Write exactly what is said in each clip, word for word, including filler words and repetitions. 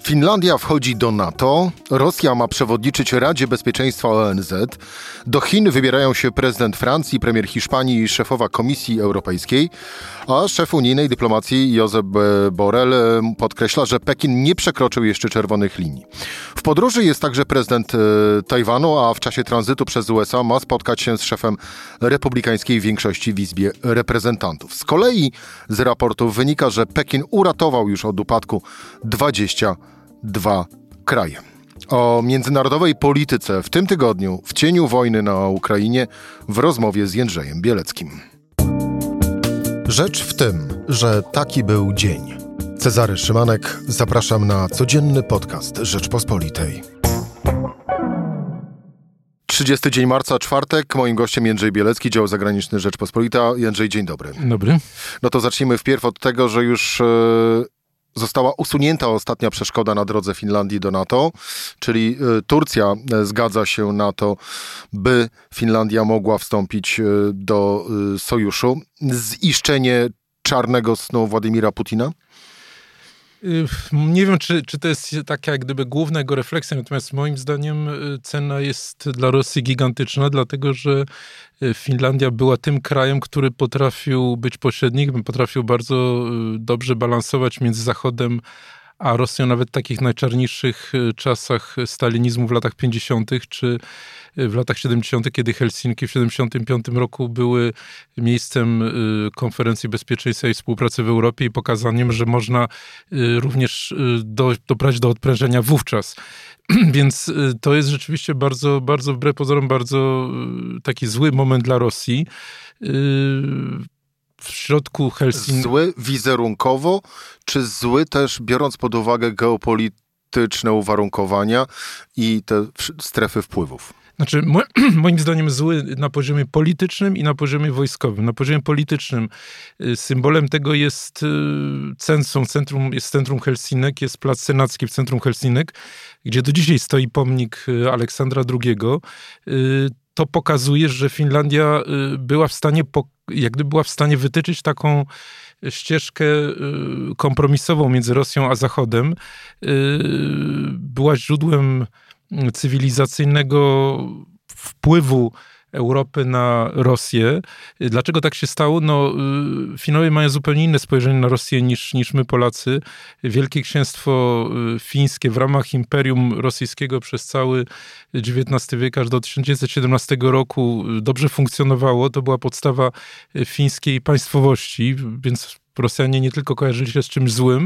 Finlandia wchodzi do NATO, Rosja ma przewodniczyć Radzie Bezpieczeństwa O N Z, do Chin wybierają się prezydent Francji, premier Hiszpanii i szefowa Komisji Europejskiej, a szef unijnej dyplomacji Josep Borrell podkreśla, że Pekin nie przekroczył jeszcze czerwonych linii. W podróży jest także prezydent Tajwanu, a w czasie tranzytu przez U S A ma spotkać się z szefem republikańskiej większości w Izbie Reprezentantów. Z kolei z raportów wynika, że Pekin uratował już od upadku dwadzieścia dwa kraje. O międzynarodowej polityce w tym tygodniu w cieniu wojny na Ukrainie w rozmowie z Jędrzejem Bieleckim. Rzecz w tym, że taki był dzień. Cezary Szymanek, zapraszam na codzienny podcast Rzeczpospolitej. trzydziesty dzień marca, czwartek. Moim gościem Jędrzej Bielecki, dział zagraniczny Rzeczpospolita. Jędrzej, dzień dobry. Dobry. No to zacznijmy wpierw od tego, że już Yy... została usunięta ostatnia przeszkoda na drodze Finlandii do NATO, czyli Turcja zgadza się na to, by Finlandia mogła wstąpić do sojuszu. Ziszczenie czarnego snu Władimira Putina? Nie wiem, czy, czy to jest taka jak gdyby główna jego refleksja, natomiast moim zdaniem cena jest dla Rosji gigantyczna, dlatego że Finlandia była tym krajem, który potrafił być pośrednikiem, potrafił bardzo dobrze balansować między Zachodem a Rosją, nawet w takich najczarniejszych czasach stalinizmu w latach pięćdziesiątych czy w latach siedemdziesiątych, kiedy Helsinki w siedemdziesiątym piątym roku były miejscem konferencji bezpieczeństwa i współpracy w Europie i pokazaniem, że można również do, doprowadzić do odprężenia wówczas. Więc to jest rzeczywiście bardzo, bardzo wbrew pozorom, bardzo taki zły moment dla Rosji. W środku Helsinki... Zły wizerunkowo, czy zły też biorąc pod uwagę geopolityczne uwarunkowania i te strefy wpływów? Znaczy, moim zdaniem zły na poziomie politycznym i na poziomie wojskowym. Na poziomie politycznym symbolem tego jest centrum, centrum, jest centrum Helsinek, jest plac Senacki w centrum Helsinek, gdzie do dzisiaj stoi pomnik Aleksandra drugiego. To pokazuje, że Finlandia była w stanie, jak gdyby była w stanie wytyczyć taką ścieżkę kompromisową między Rosją a Zachodem. Była źródłem cywilizacyjnego wpływu Europy na Rosję. Dlaczego tak się stało? No, Finowie mają zupełnie inne spojrzenie na Rosję niż, niż my Polacy. Wielkie Księstwo Fińskie w ramach Imperium Rosyjskiego przez cały dziewiętnasty wiek aż do tysiąc dziewięćset siedemnastego roku dobrze funkcjonowało. To była podstawa fińskiej państwowości, więc Rosjanie nie tylko kojarzyli się z czymś złym,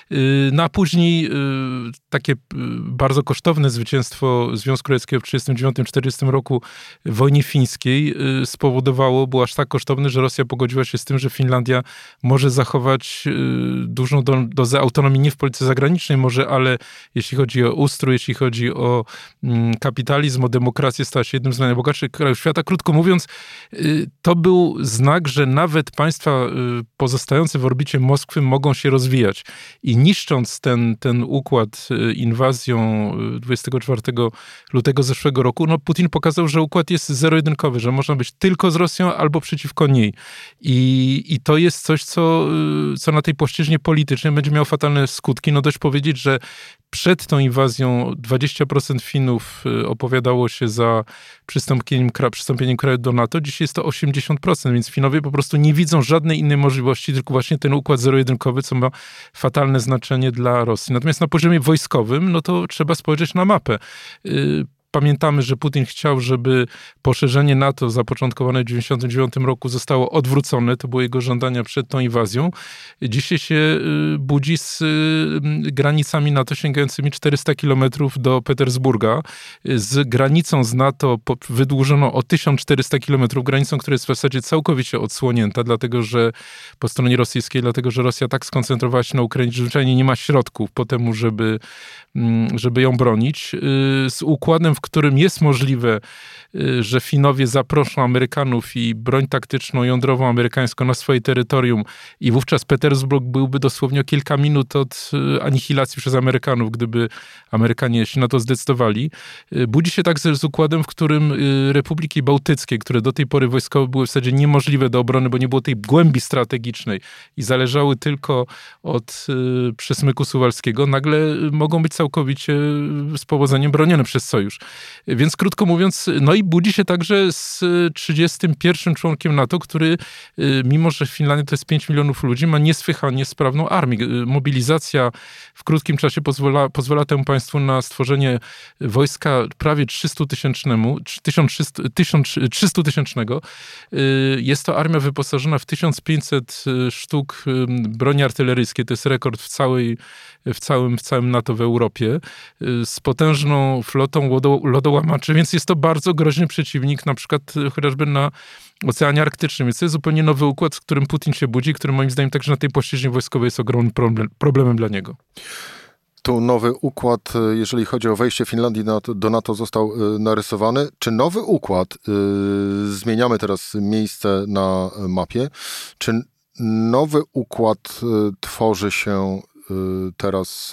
no a później takie bardzo kosztowne zwycięstwo Związku Radzieckiego w tysiąc dziewięćset trzydziestym dziewiątym do czterdziestego roku w wojnie fińskiej spowodowało, było aż tak kosztowne, że Rosja pogodziła się z tym, że Finlandia może zachować dużą dozę autonomii nie w polityce zagranicznej może, ale jeśli chodzi o ustrój, jeśli chodzi o kapitalizm, o demokrację, stała się jednym z najbogatszych krajów świata. Krótko mówiąc, to był znak, że nawet państwa pozostające w orbicie Moskwy mogą się rozwijać. I niszcząc ten, ten układ inwazją dwudziestego czwartego lutego zeszłego roku, no Putin pokazał, że układ jest zero-jedynkowy, że można być tylko z Rosją albo przeciwko niej. I, i to jest coś, co, co na tej płaszczyźnie politycznej będzie miało fatalne skutki. No dość powiedzieć, że przed tą inwazją dwadzieścia procent Finów opowiadało się za przystąpieniem, przystąpieniem kraju do NATO. Dzisiaj jest to osiemdziesiąt procent, więc Finowie po prostu nie widzą żadnej innej możliwości, tylko właśnie ten układ zero-jedynkowy, co ma fatalne znaczenie dla Rosji. Natomiast na poziomie wojskowym, no to trzeba spojrzeć na mapę. Pamiętamy, że Putin chciał, żeby poszerzenie NATO zapoczątkowane w tysiąc dziewięćset dziewięćdziesiątym dziewiątym roku zostało odwrócone. To były jego żądania przed tą inwazją. Dzisiaj się budzi z granicami NATO sięgającymi czterysta kilometrów do Petersburga. Z granicą z NATO wydłużono o tysiąc czterysta kilometrów, granicą, która jest w zasadzie całkowicie odsłonięta, dlatego że po stronie rosyjskiej, dlatego że Rosja tak skoncentrowała się na Ukrainie, że zwyczajnie nie ma środków po temu, żeby, żeby ją bronić. Z układem, w w którym jest możliwe, że Finowie zaproszą Amerykanów i broń taktyczną jądrową amerykańską na swoje terytorium i wówczas Petersburg byłby dosłownie o kilka minut od anihilacji przez Amerykanów, gdyby Amerykanie się na to zdecydowali. Budzi się także z układem, w którym Republiki Bałtyckie, które do tej pory wojskowo były w zasadzie niemożliwe do obrony, bo nie było tej głębi strategicznej i zależały tylko od przesmyku suwalskiego, nagle mogą być całkowicie z powodzeniem bronione przez Sojusz. Więc krótko mówiąc, no i budzi się także z trzydziestym pierwszym członkiem NATO, który mimo, że Finlandia to jest pięć milionów ludzi, ma niesłychanie sprawną armię. Mobilizacja w krótkim czasie pozwala, pozwala temu państwu na stworzenie wojska prawie trzystutysięcznego. trzystutysięcznego. Jest to armia wyposażona w tysiąc pięćset sztuk broni artyleryjskiej. To jest rekord w, całej, w, całym, w całym NATO w Europie. Z potężną flotą lodo, lodołamaczy, więc jest to bardzo groźny przeciwnik, na przykład chociażby na Oceanie Arktycznym. Więc to jest zupełnie nowy układ, z którym Putin się budzi, który moim zdaniem także na tej płaszczyźnie wojskowej jest ogromnym problem, problemem dla niego. Tu nowy układ, jeżeli chodzi o wejście Finlandii do NATO, został narysowany. Czy nowy układ, zmieniamy teraz miejsce na mapie, czy nowy układ tworzy się teraz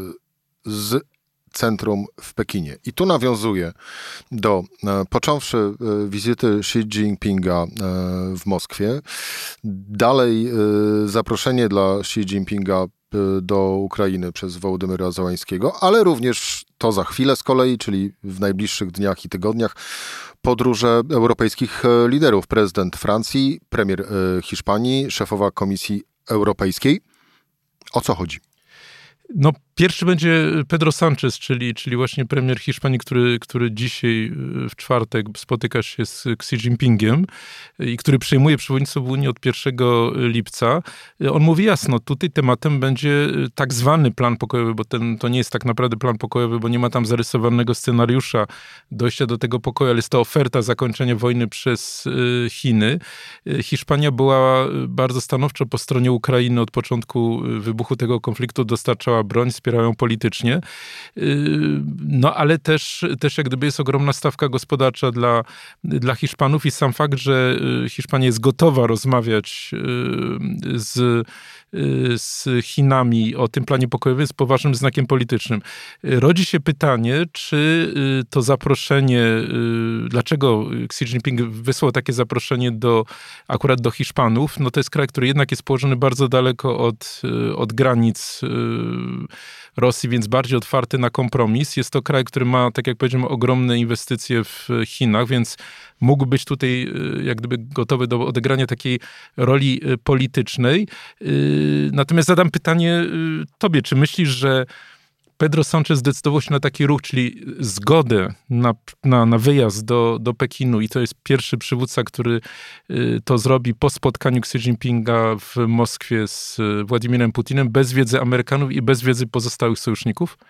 z centrum w Pekinie? I tu nawiązuję do, począwszy wizyty Xi Jinpinga w Moskwie, dalej zaproszenie dla Xi Jinpinga do Ukrainy przez Wołodymyra Zełańskiego, ale również to za chwilę z kolei, czyli w najbliższych dniach i tygodniach, podróże europejskich liderów. Prezydent Francji, premier Hiszpanii, szefowa Komisji Europejskiej. O co chodzi? No, pierwszy będzie Pedro Sánchez, czyli, czyli właśnie premier Hiszpanii, który, który dzisiaj w czwartek spotyka się z Xi Jinpingiem i który przejmuje przewodnictwo w Unii od pierwszego lipca. On mówi jasno, tutaj tematem będzie tak zwany plan pokojowy, bo ten, to nie jest tak naprawdę plan pokojowy, bo nie ma tam zarysowanego scenariusza dojścia do tego pokoju, ale jest to oferta zakończenia wojny przez Chiny. Hiszpania była bardzo stanowczo po stronie Ukrainy od początku wybuchu tego konfliktu, dostarczała broń, wspierają politycznie. No ale też, też jak gdyby jest ogromna stawka gospodarcza dla, dla Hiszpanów i sam fakt, że Hiszpania jest gotowa rozmawiać z, z Chinami o tym planie pokojowym jest poważnym znakiem politycznym. Rodzi się pytanie, czy to zaproszenie, dlaczego Xi Jinping wysłał takie zaproszenie do, akurat do Hiszpanów, no to jest kraj, który jednak jest położony bardzo daleko od, od granic Rosji, więc bardziej otwarty na kompromis. Jest to kraj, który ma, tak jak powiedziałem, ogromne inwestycje w Chinach, więc mógł być tutaj jak gdyby gotowy do odegrania takiej roli politycznej. Natomiast zadam pytanie tobie, czy myślisz, że Pedro Sánchez zdecydował się na taki ruch, czyli zgodę na, na, na wyjazd do, do Pekinu i to jest pierwszy przywódca, który to zrobi po spotkaniu Xi Jinpinga w Moskwie z Władimirem Putinem, bez wiedzy Amerykanów i bez wiedzy pozostałych sojuszników?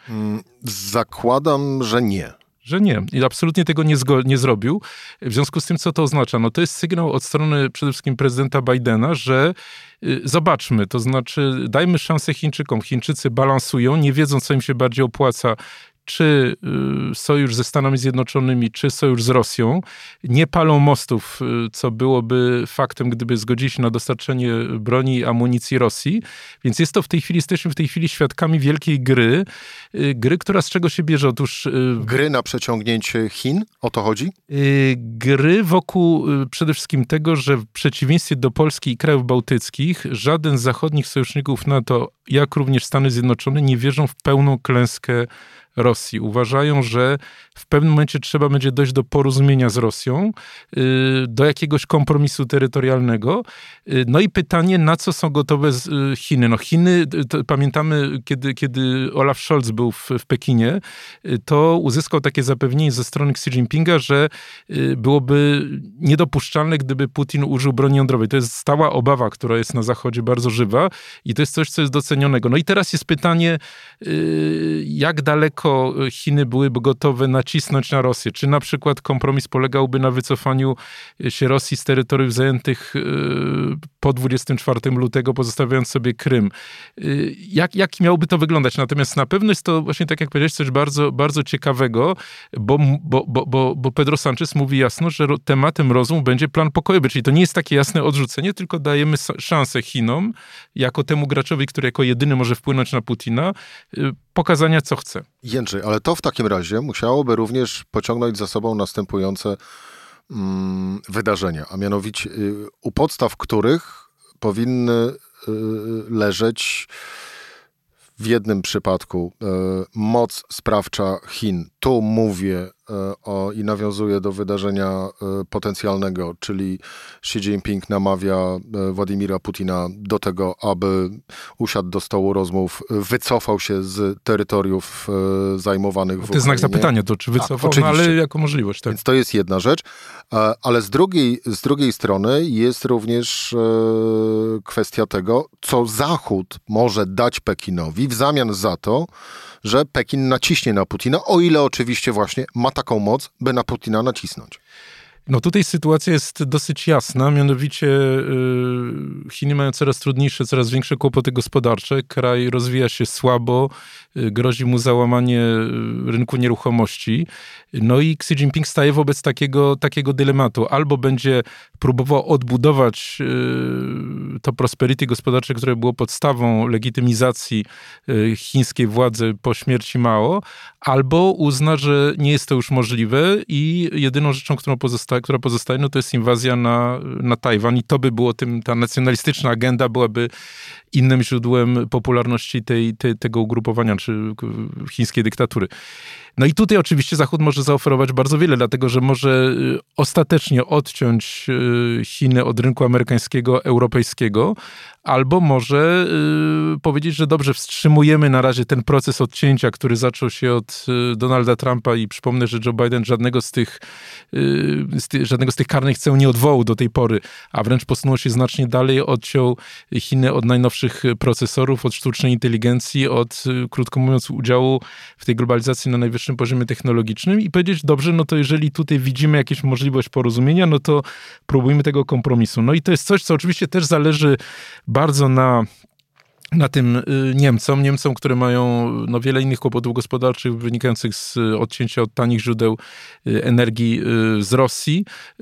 Zakładam, że nie. Że nie. I absolutnie tego nie, zgo- nie zrobił. W związku z tym, co to oznacza? No to jest sygnał od strony przede wszystkim prezydenta Bidena, że y, zobaczmy, to znaczy dajmy szansę Chińczykom. Chińczycy balansują, nie wiedzą, co im się bardziej opłaca, czy y, sojusz ze Stanami Zjednoczonymi, czy sojusz z Rosją. Nie palą mostów, y, co byłoby faktem, gdyby zgodzili się na dostarczenie broni i amunicji Rosji. Więc jest to w tej chwili, jesteśmy w tej chwili świadkami wielkiej gry. Y, gry, która z czego się bierze? Otóż... Y, gry na przeciągnięcie Chin? O to chodzi? Y, gry wokół y, przede wszystkim tego, że w przeciwieństwie do Polski i krajów bałtyckich, żaden z zachodnich sojuszników NATO, jak również Stany Zjednoczone, nie wierzą w pełną klęskę Rosji. Uważają, że w pewnym momencie trzeba będzie dojść do porozumienia z Rosją, do jakiegoś kompromisu terytorialnego. No i pytanie, na co są gotowe Chiny? No Chiny, pamiętamy, kiedy, kiedy Olaf Scholz był w, w Pekinie, to uzyskał takie zapewnienie ze strony Xi Jinpinga, że byłoby niedopuszczalne, gdyby Putin użył broni jądrowej. To jest stała obawa, która jest na Zachodzie bardzo żywa i to jest coś, co jest docenionego. No i teraz jest pytanie, jak daleko daleko Chiny byłyby gotowe nacisnąć na Rosję. Czy na przykład kompromis polegałby na wycofaniu się Rosji z terytoriów zajętych po dwudziestego czwartego lutego, pozostawiając sobie Krym. Jak, jak miałoby to wyglądać? Natomiast na pewno jest to właśnie, tak jak powiedziałeś, coś bardzo, bardzo ciekawego, bo, bo, bo, bo, bo Pedro Sánchez mówi jasno, że tematem rozmów będzie plan pokojowy, czyli to nie jest takie jasne odrzucenie, tylko dajemy szansę Chinom, jako temu graczowi, który jako jedyny może wpłynąć na Putina, pokazania, co chce. Jędrzej, ale to w takim razie musiałoby również pociągnąć za sobą następujące mm, wydarzenia, a mianowicie y, u podstaw których powinny y, leżeć w jednym przypadku y, moc sprawcza Chin. Tu mówię y, o, i nawiązuję do wydarzenia y, potencjalnego, czyli Xi Jinping namawia y, Władimira Putina do tego, aby usiadł do stołu rozmów, wycofał się z terytoriów y, zajmowanych w Ukrainie. To jest znak zapytania, to czy wycofał, tak, no, ale jako możliwość. Tak. Więc to jest jedna rzecz, ale z drugiej, z drugiej strony jest również y, kwestia tego, co Zachód może dać Pekinowi w zamian za to, że Pekin naciśnie na Putina, o ile oczywiście właśnie ma taką moc, by na Putina nacisnąć. No tutaj sytuacja jest dosyć jasna, mianowicie yy, Chiny mają coraz trudniejsze, coraz większe kłopoty gospodarcze, kraj rozwija się słabo, yy, grozi mu załamanie rynku nieruchomości, no i Xi Jinping staje wobec takiego, takiego dylematu. Albo będzie próbował odbudować yy, to prosperity gospodarcze, które było podstawą legitymizacji yy, chińskiej władzy po śmierci Mao, albo uzna, że nie jest to już możliwe i jedyną rzeczą, którą pozostaje, która pozostaje, no to jest inwazja na, na Tajwan i to by było tym, ta nacjonalistyczna agenda byłaby innym źródłem popularności tej, tej, tego ugrupowania, czy chińskiej dyktatury. No i tutaj oczywiście Zachód może zaoferować bardzo wiele, dlatego że może ostatecznie odciąć Chiny od rynku amerykańskiego, europejskiego, albo może y, powiedzieć, że dobrze, wstrzymujemy na razie ten proces odcięcia, który zaczął się od y, Donalda Trumpa i przypomnę, że Joe Biden żadnego z tych, y, z ty, żadnego z tych karnych ceł nie odwołał do tej pory, a wręcz posunął się znacznie dalej, odciął Chiny od najnowszych procesorów, od sztucznej inteligencji, od, y, krótko mówiąc, udziału w tej globalizacji na najwyższym poziomie technologicznym i powiedzieć, dobrze, no to jeżeli tutaj widzimy jakąś możliwość porozumienia, no to próbujmy tego kompromisu. No i to jest coś, co oczywiście też zależy bardzo na, na tym Niemcom, Niemcom, które mają no, wiele innych kłopotów gospodarczych wynikających z odcięcia od tanich źródeł energii z Rosji.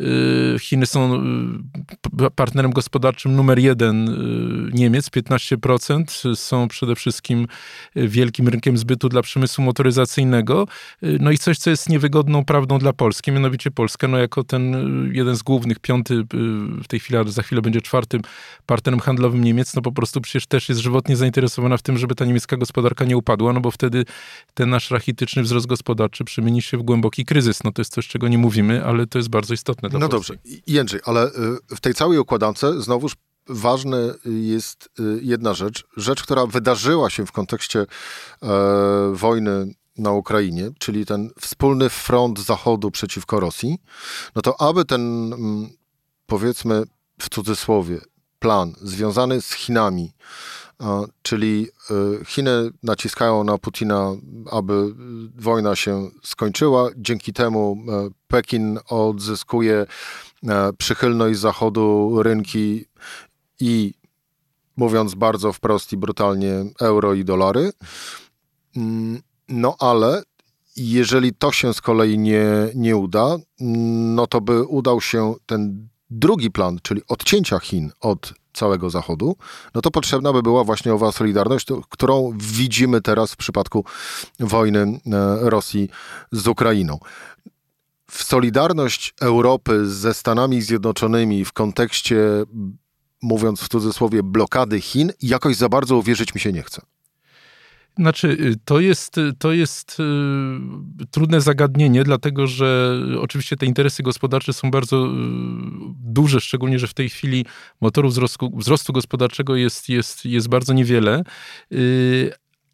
Chiny są partnerem gospodarczym numer jeden Niemiec, piętnaście procent. Są przede wszystkim wielkim rynkiem zbytu dla przemysłu motoryzacyjnego. No i coś, co jest niewygodną prawdą dla Polski, mianowicie Polska, no jako ten jeden z głównych, piąty w tej chwili, za chwilę będzie czwartym partnerem handlowym Niemiec, no po prostu przecież też jest żywotnie zainteresowana w tym, żeby ta niemiecka gospodarka nie upadła, no bo wtedy ten nasz rachityczny wzrost gospodarczy przemieni się w głęboki kryzys. No to jest coś, czego nie mówimy, ale to jest bardzo istotne dla No Polski. dobrze. Jędrzej, ale w tej całej układance znowuż ważna jest jedna rzecz. Rzecz, która wydarzyła się w kontekście e, wojny na Ukrainie, czyli ten wspólny front Zachodu przeciwko Rosji. No to aby ten, powiedzmy w cudzysłowie, plan związany z Chinami, czyli Chiny naciskają na Putina, aby wojna się skończyła. Dzięki temu Pekin odzyskuje przychylność Zachodu, rynki i, mówiąc bardzo wprost i brutalnie, euro i dolary. No ale jeżeli to się z kolei nie, nie uda, no to by udał się ten drugi plan, czyli odcięcia Chin od całego Zachodu, no to potrzebna by była właśnie owa solidarność, którą widzimy teraz w przypadku wojny Rosji z Ukrainą. W solidarność Europy ze Stanami Zjednoczonymi w kontekście, mówiąc w cudzysłowie, blokady Chin, jakoś za bardzo uwierzyć mi się nie chce. Znaczy, to jest, to jest y, trudne zagadnienie, dlatego że oczywiście te interesy gospodarcze są bardzo y, duże, szczególnie, że w tej chwili motorów wzrostu, wzrostu gospodarczego jest, jest, jest bardzo niewiele. Y,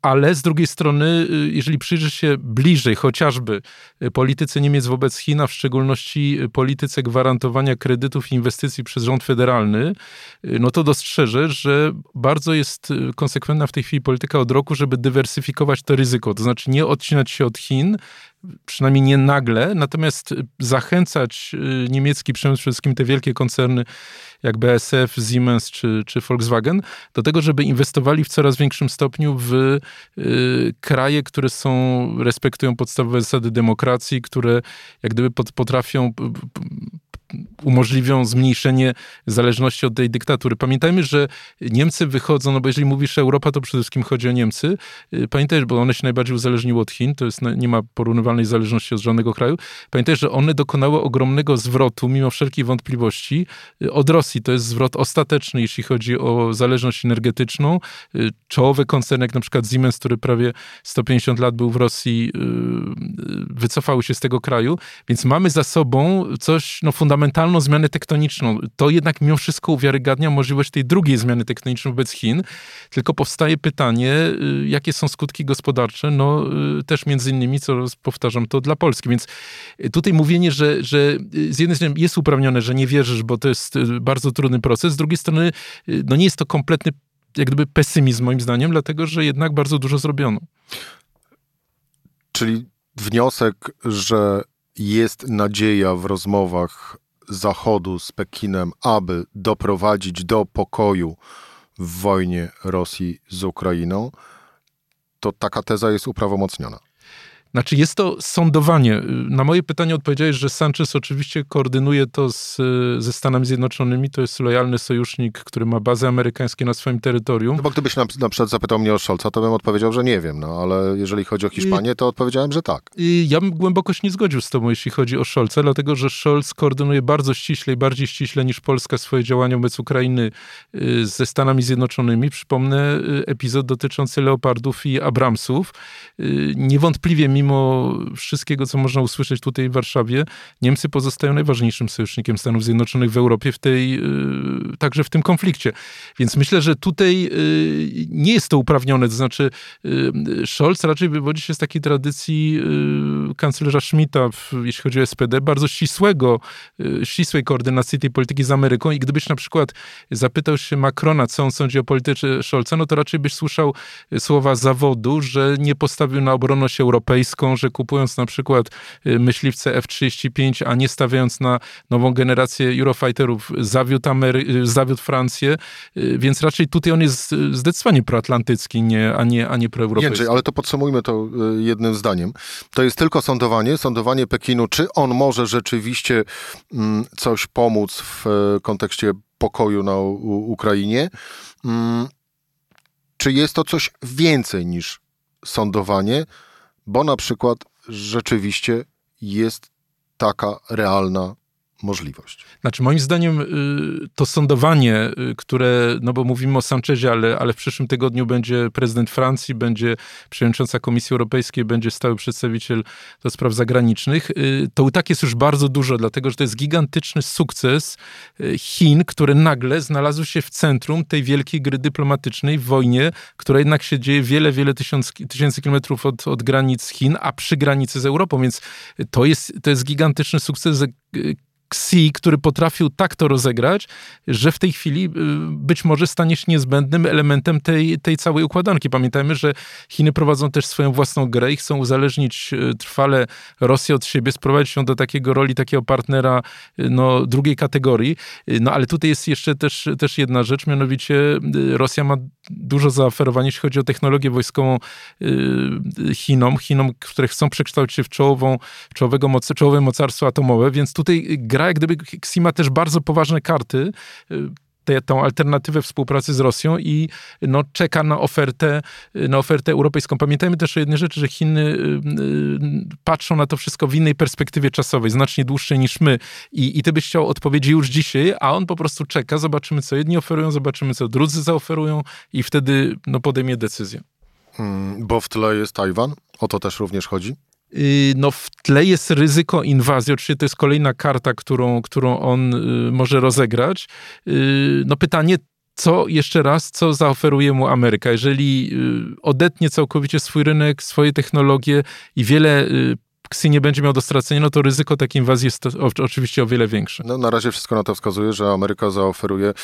Ale z drugiej strony, jeżeli przyjrzysz się bliżej chociażby polityce Niemiec wobec Chin, a w szczególności polityce gwarantowania kredytów i inwestycji przez rząd federalny, no to dostrzeżesz, że bardzo jest konsekwentna w tej chwili polityka od roku, żeby dywersyfikować to ryzyko. To znaczy nie odcinać się od Chin, przynajmniej nie nagle, natomiast zachęcać niemiecki przemysł, przede wszystkim te wielkie koncerny jak B A S F, Siemens czy, czy Volkswagen, do tego, żeby inwestowali w coraz większym stopniu w y, kraje, które są, respektują podstawowe zasady demokracji, które jak gdyby pot, potrafią p, p, umożliwią zmniejszenie zależności od tej dyktatury. Pamiętajmy, że Niemcy wychodzą, no bo jeżeli mówisz Europa, to przede wszystkim chodzi o Niemcy. Pamiętaj, bo one się najbardziej uzależniły od Chin, to jest, nie ma porównywalnej zależności od żadnego kraju. Pamiętaj, że one dokonały ogromnego zwrotu, mimo wszelkich wątpliwości, od Rosji. To jest zwrot ostateczny, jeśli chodzi o zależność energetyczną. Czołowe koncerny, jak na przykład Siemens, który prawie sto pięćdziesiąt lat był w Rosji, wycofały się z tego kraju, więc mamy za sobą coś, no fundamentalnego, fundamentalną zmianę tektoniczną. To jednak mimo wszystko uwiarygadnia możliwość tej drugiej zmiany tektonicznej wobec Chin. Tylko powstaje pytanie, jakie są skutki gospodarcze, no też między innymi, co powtarzam, to dla Polski. Więc tutaj mówienie, że, że z jednej strony jest uprawnione, że nie wierzysz, bo to jest bardzo trudny proces, z drugiej strony no nie jest to kompletny jak gdyby pesymizm moim zdaniem, dlatego, że jednak bardzo dużo zrobiono. Czyli wniosek, że jest nadzieja w rozmowach Zachodu z Pekinem, aby doprowadzić do pokoju w wojnie Rosji z Ukrainą, to taka teza jest uprawomocniona. Znaczy jest to sądowanie. Na moje pytanie odpowiedziałeś, że Sanchez oczywiście koordynuje to z, ze Stanami Zjednoczonymi. To jest lojalny sojusznik, który ma bazy amerykańskie na swoim terytorium. No bo gdybyś na, na przykład zapytał mnie o Scholza, to bym odpowiedział, że nie wiem. No ale jeżeli chodzi o Hiszpanię, to odpowiedziałem, że tak. I ja bym głęboko się nie zgodził z tobą, jeśli chodzi o Scholza, dlatego że Scholz koordynuje bardzo ściśle i bardziej ściśle niż Polska swoje działania wobec Ukrainy ze Stanami Zjednoczonymi. Przypomnę epizod dotyczący Leopardów i Abramsów. Niewątpliwie mimo Mimo wszystkiego, co można usłyszeć tutaj w Warszawie, Niemcy pozostają najważniejszym sojusznikiem Stanów Zjednoczonych w Europie, w tej, także w tym konflikcie. Więc myślę, że tutaj nie jest to uprawnione. To znaczy Scholz raczej wywodzi się z takiej tradycji kanclerza Schmidta, jeśli chodzi o S P D, bardzo ścisłego, ścisłej koordynacji tej polityki z Ameryką. I gdybyś na przykład zapytał się Macrona, co on sądzi o polityce Scholza, no to raczej byś słyszał słowa zawodu, że nie postawił na obronność europejską, że kupując na przykład myśliwce F trzydzieści pięć, a nie stawiając na nową generację Eurofighterów, zawiódł, Amery- zawiódł Francję, więc raczej tutaj on jest zdecydowanie proatlantycki, nie, a, nie, a nie proeuropejski. Jędrzej, ale to podsumujmy to jednym zdaniem. To jest tylko sądowanie, sądowanie Pekinu, czy on może rzeczywiście mm, coś pomóc w kontekście pokoju na u- Ukrainie, mm, czy jest to coś więcej niż sądowanie, bo na przykład rzeczywiście jest taka realna możliwość. Znaczy moim zdaniem to sądowanie, które, no bo mówimy o Sanchezie, ale, ale w przyszłym tygodniu będzie prezydent Francji, będzie przewodnicząca Komisji Europejskiej, będzie stały przedstawiciel do spraw zagranicznych, to i tak jest już bardzo dużo, dlatego że to jest gigantyczny sukces Chin, które nagle znalazły się w centrum tej wielkiej gry dyplomatycznej w wojnie, która jednak się dzieje wiele, wiele tysiąc, tysięcy kilometrów od, od granic Chin, a przy granicy z Europą, więc to jest, to jest gigantyczny sukces Xi, który potrafił tak to rozegrać, że w tej chwili być może stanie się niezbędnym elementem tej, tej całej układanki. Pamiętajmy, że Chiny prowadzą też swoją własną grę i chcą uzależnić trwale Rosję od siebie, sprowadzić ją do takiego roli, takiego partnera no, drugiej kategorii. No ale tutaj jest jeszcze też, też jedna rzecz, mianowicie Rosja ma dużo zaoferowania, jeśli chodzi o technologię wojskową Chinom, Chinom, które chcą przekształcić się w czołową, czołowego moc, czołowe mocarstwo atomowe, więc tutaj gra jak gdyby Xi ma też bardzo poważne karty, tę, tą alternatywę współpracy z Rosją i no, czeka na ofertę, na ofertę europejską. Pamiętajmy też o jednej rzeczy, że Chiny y, y, patrzą na to wszystko w innej perspektywie czasowej, znacznie dłuższej niż my. I, i ty byś chciał odpowiedzi już dzisiaj, a on po prostu czeka, zobaczymy co jedni oferują, zobaczymy co drudzy zaoferują i wtedy no, podejmie decyzję. Hmm, bo w tle jest Tajwan, o to też również chodzi? No w tle jest ryzyko inwazji, oczywiście to jest kolejna karta, którą, którą on y, może rozegrać. Y, no pytanie, co jeszcze raz, co zaoferuje mu Ameryka. Jeżeli odetnie całkowicie swój rynek, swoje technologie i wiele Xi nie będzie miał do stracenia, no to ryzyko takiej inwazji jest oczywiście o wiele większe. No na razie wszystko na to wskazuje, że Ameryka zaoferuje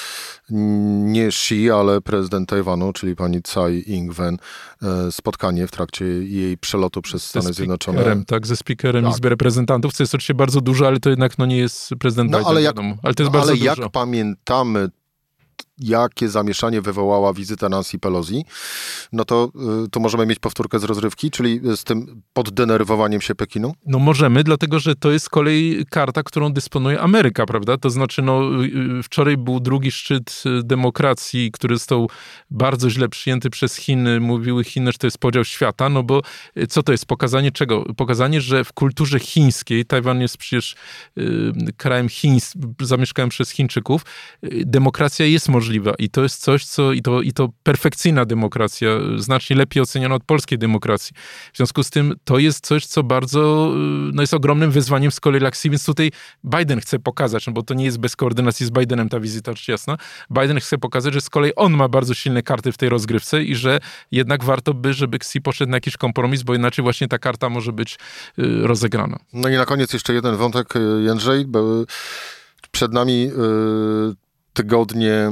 nie Xi, ale prezydent Tajwanu, czyli pani Tsai Ing-wen, spotkanie w trakcie jej przelotu przez Stany ze Zjednoczone. Speakerem, tak, ze speakerem tak. Izby Reprezentantów, co jest oczywiście bardzo dużo, ale to jednak no, nie jest prezydent no, Biden, ale jak, wiadomo. Ale to jest no, bardzo ale dużo. jak pamiętamy, jakie zamieszanie wywołała wizyta Nancy Pelosi, no to, to możemy mieć powtórkę z rozrywki, czyli z tym poddenerwowaniem się Pekinu? No możemy, dlatego że to jest z kolei karta, którą dysponuje Ameryka, prawda? To znaczy, no wczoraj był drugi szczyt demokracji, który został bardzo źle przyjęty przez Chiny. Mówiły Chiny, że to jest podział świata, no bo co to jest? Pokazanie czego? Pokazanie, że w kulturze chińskiej, Tajwan jest przecież y, krajem chińskim, zamieszkałem przez Chińczyków, y, demokracja jest możliwa. I to jest coś, co i to, i to perfekcyjna demokracja, znacznie lepiej oceniona od polskiej demokracji. W związku z tym to jest coś, co bardzo no jest ogromnym wyzwaniem z kolei dla Xi, więc tutaj Biden chce pokazać, no bo to nie jest bez koordynacji z Bidenem ta wizyta, rzecz jasna. Biden chce pokazać, że z kolei on ma bardzo silne karty w tej rozgrywce i że jednak warto by, żeby Xi poszedł na jakiś kompromis, bo inaczej właśnie ta karta może być y, rozegrana. No i na koniec jeszcze jeden wątek, Jędrzej, bo przed nami y, tygodnie,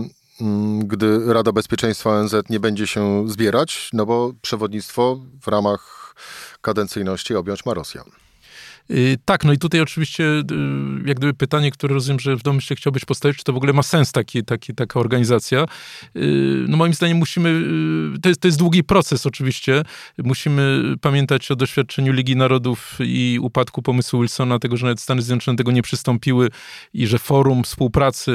gdy Rada Bezpieczeństwa O N Z nie będzie się zbierać, no bo przewodnictwo w ramach kadencyjności objąć ma Rosja. Yy, tak, no i tutaj oczywiście yy, jak gdyby pytanie, które rozumiem, że w domyśle chciałbyś postawić, czy to w ogóle ma sens taki, taki, taka organizacja. Yy, no moim zdaniem musimy, yy, to, jest, to jest długi proces oczywiście, musimy pamiętać o doświadczeniu Ligi Narodów i upadku pomysłu Wilsona, tego, że nawet Stany Zjednoczone tego nie przystąpiły i że forum współpracy,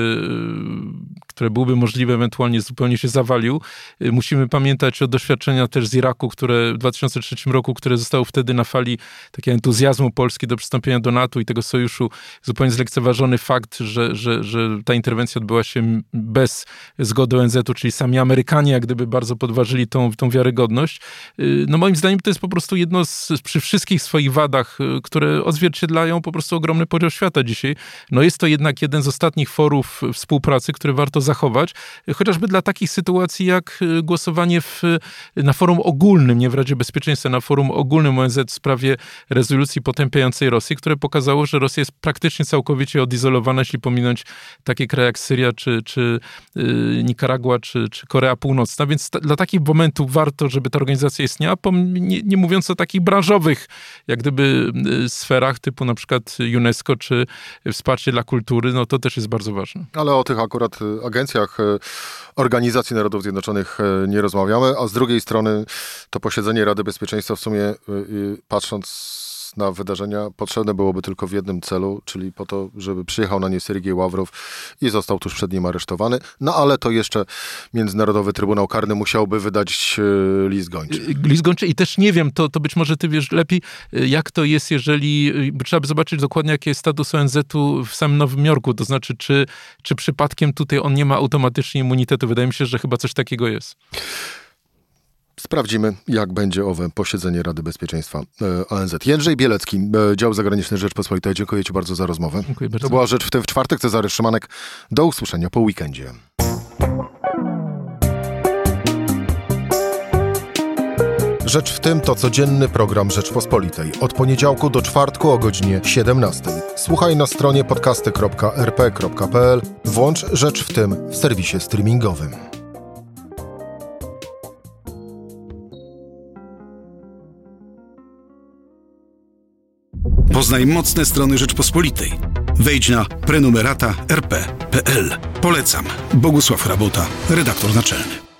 yy, które byłoby możliwe, ewentualnie zupełnie się zawalił. Yy, musimy pamiętać o doświadczeniach też z Iraku, które w dwa tysiące trzecim roku, które zostało wtedy na fali takiego entuzjazmu Polski do przystąpienia do NATO i tego sojuszu, zupełnie zlekceważony fakt, że, że, że ta interwencja odbyła się bez zgody O N Z u, czyli sami Amerykanie jak gdyby bardzo podważyli tą, tą wiarygodność. No moim zdaniem to jest po prostu jedno z, przy wszystkich swoich wadach, które odzwierciedlają po prostu ogromny podział świata dzisiaj. No jest to jednak jeden z ostatnich forów współpracy, które warto zachować, chociażby dla takich sytuacji jak głosowanie w, na forum ogólnym, nie w Radzie Bezpieczeństwa, na forum ogólnym O N Z w sprawie rezolucji potępiającej Rosji, które pokazało, że Rosja jest praktycznie całkowicie odizolowana, jeśli pominąć takie kraje jak Syria, czy, czy yy, Nikaragua, czy, czy Korea Północna, więc ta, dla takich momentów warto, żeby ta organizacja istniała, nie, nie mówiąc o takich branżowych, jak gdyby yy, sferach typu na przykład UNESCO, czy wsparcie dla kultury, no to też jest bardzo ważne. Ale o tych akurat agencjach Organizacji Narodów Zjednoczonych nie rozmawiamy, a z drugiej strony to posiedzenie Rady Bezpieczeństwa w sumie yy, patrząc na wydarzenia potrzebne byłoby tylko w jednym celu, czyli po to, żeby przyjechał na nie Sergiej Ławrow i został tuż przed nim aresztowany. No ale to jeszcze Międzynarodowy Trybunał Karny musiałby wydać e, list gończy. List gończy i też nie wiem, to, to być może ty wiesz lepiej, jak to jest, jeżeli, bo trzeba by zobaczyć dokładnie, jaki jest status O N Z u w samym Nowym Jorku, to znaczy, czy, czy przypadkiem tutaj on nie ma automatycznie immunitetu. Wydaje mi się, że chyba coś takiego jest. Sprawdzimy, jak będzie owe posiedzenie Rady Bezpieczeństwa O N Z. Jędrzej Bielecki, Dział Zagraniczny Rzeczpospolitej. Dziękuję ci bardzo za rozmowę. Dziękuję bardzo. To była Rzecz w tym w czwartek. Cezary Szymanek. Do usłyszenia po weekendzie. Rzecz w tym to codzienny program Rzeczpospolitej. Od poniedziałku do czwartku o godzinie siedemnastej. Słuchaj na stronie podcasty kropka er pe kropka pe el. Włącz Rzecz w tym w serwisie streamingowym. Poznaj mocne strony Rzeczpospolitej. Wejdź na prenumerata er pe kropka pe el. Polecam. Bogusław Rabota, redaktor naczelny.